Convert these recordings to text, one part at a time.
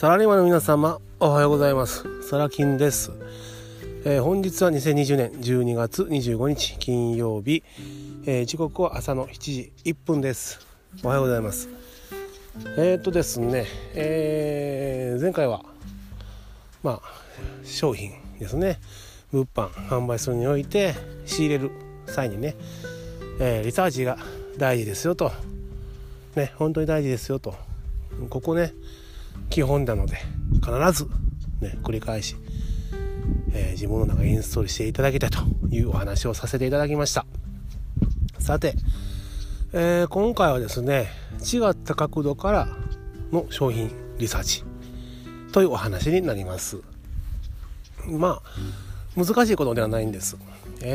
サラリーマンの皆様、おはようございます。サラキンです。本日は2020年12月25日金曜日、時刻は朝の7時1分です。おはようございます。ですね、前回は商品ですね、物販販売するにおいて仕入れる際にね、リサーチが大事ですよとね、本当に大事ですよと、ここね基本なので必ずね繰り返し、自分の中にインストールしていただきたいというお話をさせていただきました。さて、今回はですね、違った角度からの商品リサーチというお話になります。難しいことではないんです。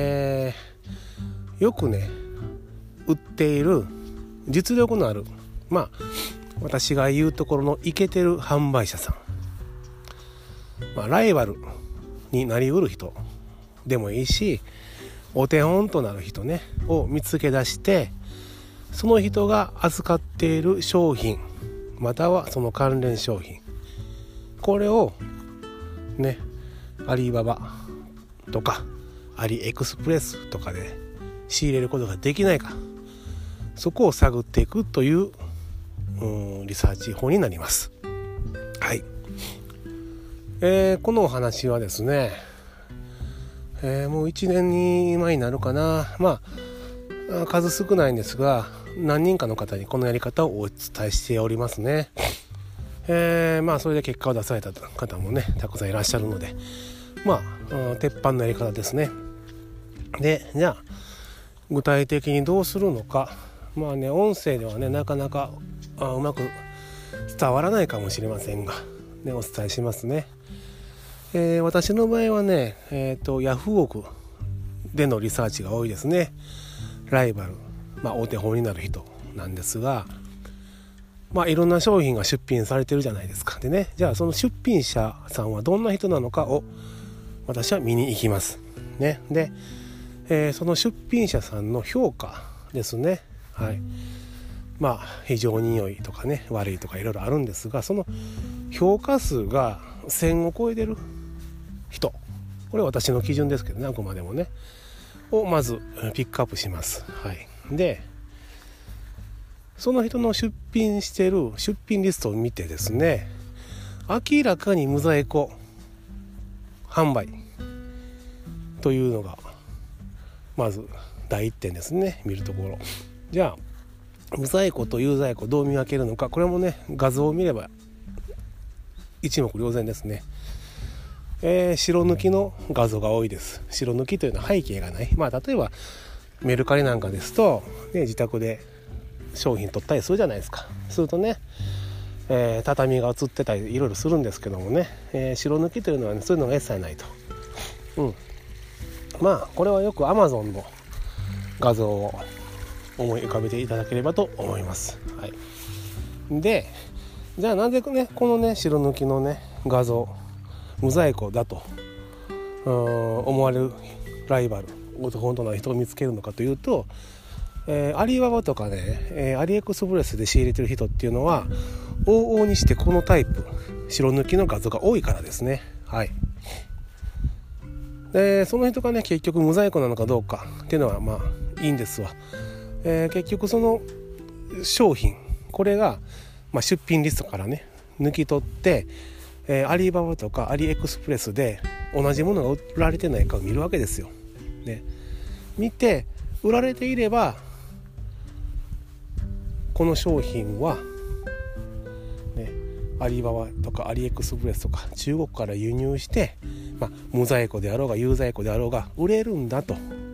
よくね売っている実力のある私が言うところのイケてる販売者さん、ライバルになりうる人でもいいし、お手本となる人ねを見つけ出して、その人が扱っている商品またはその関連商品、これをねアリババとかアリエクスプレスとかで仕入れることができないか、そこを探っていくというリサーチ法になります。はい、このお話はですね、もう1年に前になるかな、数少ないんですが何人かの方にこのやり方をお伝えしておりますね。それで結果を出された方もねたくさんいらっしゃるので、鉄板のやり方ですね。で、じゃあ具体的にどうするのか、音声ではねなかなかうまく伝わらないかもしれませんが、お伝えしますね。私の場合はね、ヤフオクでのリサーチが多いですね。ライバル、お手本になる人なんですが、いろんな商品が出品されてるじゃないですか。でね、じゃあその出品者さんはどんな人なのかを私は見に行きますね。で、その出品者さんの評価ですね。はい。非常に良いとかね悪いとかいろいろあるんですが、その評価数が1000を超えてる人、これは私の基準ですけどね、あくまでもねをまずピックアップします。はい。で、その人の出品している出品リストを見てですね、明らかに無在庫販売というのがまず第一点ですね、見るところ。じゃあ無在庫と有在庫どう見分けるのか、これもね画像を見れば一目瞭然ですね。白抜きの画像が多いです。白抜きというのは背景がない、例えばメルカリなんかですと、自宅で商品取ったりするじゃないですか。するとね、畳が映ってたりいろいろするんですけどもね、白抜きというのは、そういうのが一切ないと。これはよく Amazon の画像を思い浮かべていただければと思います。はい。で、じゃあなぜねこのね白抜きのね画像無在庫だと思われるライバル、本当の人を見つけるのかというと、アリババとかね、アリエクスプレスで仕入れてる人っていうのは往々にしてこのタイプ白抜きの画像が多いからですね。はい。で、その人がね結局無在庫なのかどうかっていうのはいいんですわ。結局その商品、これが、出品リストからね抜き取って、アリババとかアリエクスプレスで同じものが売られてないかを見るわけですよ。で、見て売られていればこの商品は、アリババとかアリエクスプレスとか中国から輸入して、無在庫であろうが有在庫であろうが売れるんだと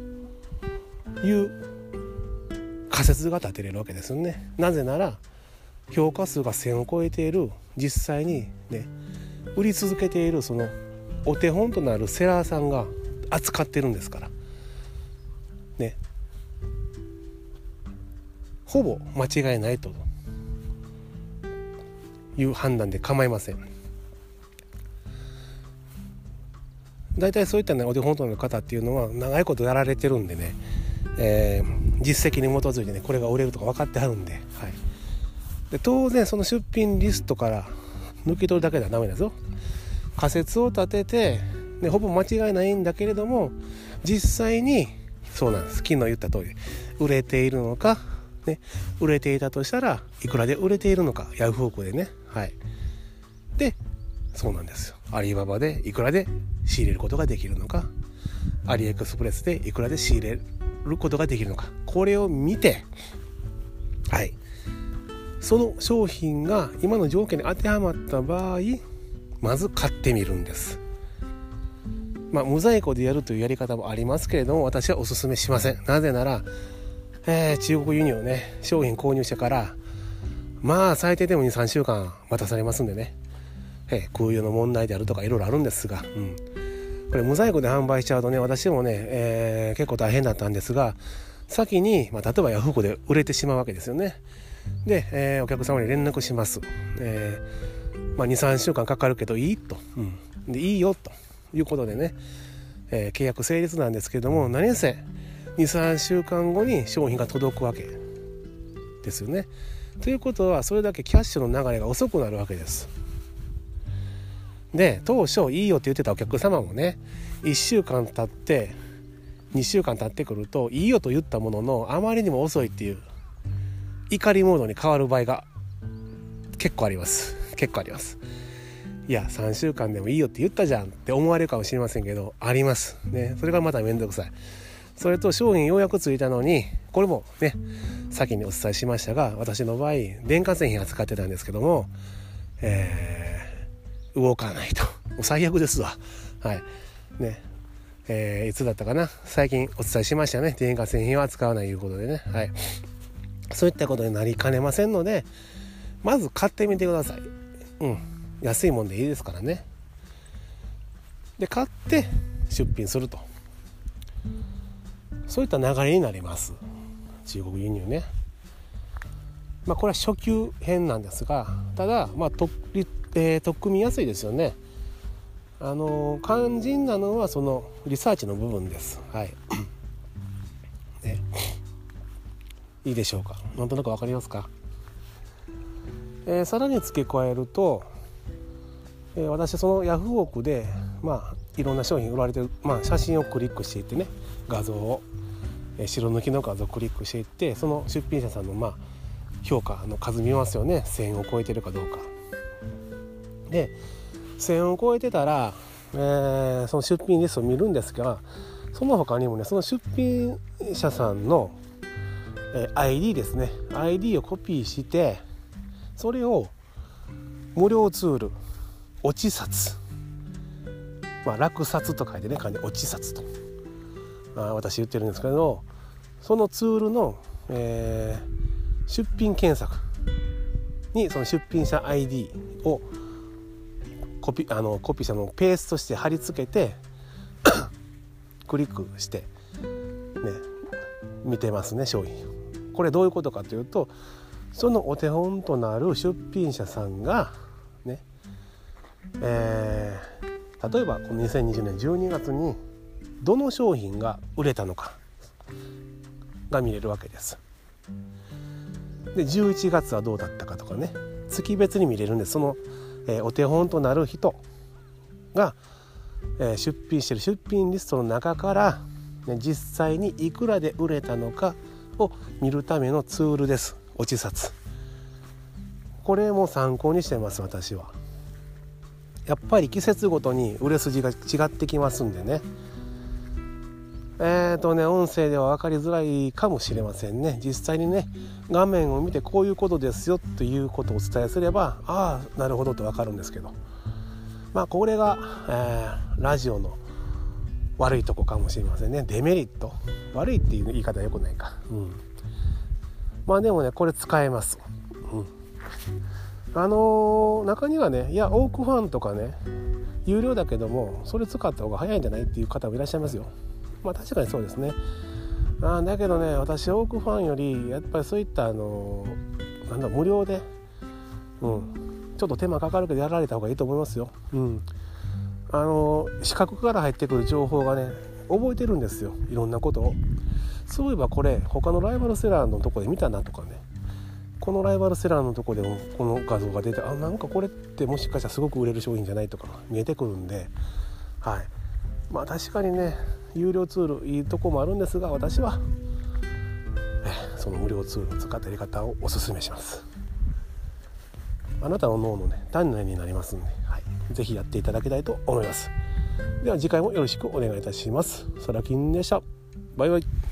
いう仮説が立てれるわけですよね。なぜなら評価数が1000を超えている、実際にね売り続けているそのお手本となるセラーさんが扱ってるんですからね、ほぼ間違いないという判断で構いません。だいたいそういったねお手本となる方っていうのは長いことやられてるんでね、実績に基づいてねこれが売れるとか分かってはるんで、はい、で当然その出品リストから抜き取るだけではダメですよ。仮説を立てて、ね、ほぼ間違いないんだけれども、実際にそうなんです。昨日言った通り売れているのか、ね、売れていたとしたらいくらで売れているのか、ヤフオクでね、はい。でそうなんですよ。アリババでいくらで仕入れることができるのか、アリエクスプレスでいくらで仕入れることができるのか、これを見て、はい、その商品が今の条件に当てはまった場合、まず買ってみるんです。無在庫でやるというやり方もありますけれども、私はお勧めしません。なぜなら、中国輸入をね、商品購入してから最低でも 2,3 週間待たされますんでね、空輸の問題であるとかいろいろあるんですが、これ無在庫で販売しちゃうとね、私もね、結構大変だったんですが、先に、例えばヤフオクで売れてしまうわけですよね。で、お客様に連絡します。2,3 週間かかるけどいいと、でいいよということでね、契約成立なんですけれども、何せ 2,3 週間後に商品が届くわけですよね。ということは、それだけキャッシュの流れが遅くなるわけです。で、当初いいよって言ってたお客様もね、1週間経って2週間経ってくると、いいよと言ったもののあまりにも遅いっていう怒りモードに変わる場合が結構あります。いや3週間でもいいよって言ったじゃんって思われるかもしれませんけど、ありますね。それがまためんどくさい。それと、商品ようやくついたのに、これもね先にお伝えしましたが、私の場合電化製品扱ってたんですけども、動かないと、もう最悪ですわ。はいね、いつだったかな、最近お伝えしましたね。電化製品は扱わないということでね、はい、そういったことになりかねませんので、まず買ってみてください。安いもんでいいですからね。で、買って出品すると、そういった流れになります。中国輸入ね。これは初級編なんですが、ただ取っ組みやすいですよね。肝心なのはそのリサーチの部分です。はいね、いいでしょうか。なんとなくわかりますか。さらに付け加えると、私そのヤフオクでいろんな商品売られてる、写真をクリックしていってね、画像を、白抜きの画像をクリックしていって、その出品者さんの評価の数見ますよね。1000を超えてるかどうかで、1000を超えてたら、その出品リストを見るんですが、その他にもね、その出品者さんの、ID ですね、 ID をコピーして、それを無料ツール落ち札、落札と書いてね、漢字落ち札と私言ってるんですけど、そのツールの、出品検索にその出品者 ID をコピーしたのをペーストして貼り付けてクリックして、ね、見てますね、商品。これどういうことかというと、そのお手本となる出品者さんがね、例えばこの2020年12月にどの商品が売れたのかが見れるわけです。で、11月はどうだったかとかね、月別に見れるんです。その、お手本となる人が、出品している出品リストの中から、実際にいくらで売れたのかを見るためのツールです。落ち札。これも参考にしてます、私は。やっぱり季節ごとに売れ筋が違ってきますんでね。音声では分かりづらいかもしれませんね。実際にね、画面を見てこういうことですよということをお伝えすれば、なるほどと分かるんですけど、これが、ラジオの悪いとこかもしれませんね。デメリット、悪いっていう言い方はよくないか。でもね、これ使えます。中にはね、いやオークファンとかね、有料だけどもそれ使った方が早いんじゃないっていう方もいらっしゃいますよ。確かにそうですね。だけどね、私オークファンよりやっぱりそういった無料で、ちょっと手間かかるけどやられた方がいいと思いますよ。視覚から入ってくる情報がね、覚えてるんですよ、いろんなことを。そういえばこれ他のライバルセラーのとこで見たなとかね、 このライバルセラーのとこでもこの画像が出て、なんかこれってもしかしたらすごく売れる商品じゃないとか見えてくるんで、はい、まあ確かにね有料ツールいいとこもあるんですが、私はその無料ツールを使ったやり方をおすすめします。あなたの脳のね鍛錬になりますんで、はい、ぜひやっていただきたいと思います。では次回もよろしくお願いいたします。サラキンでした。バイバイ。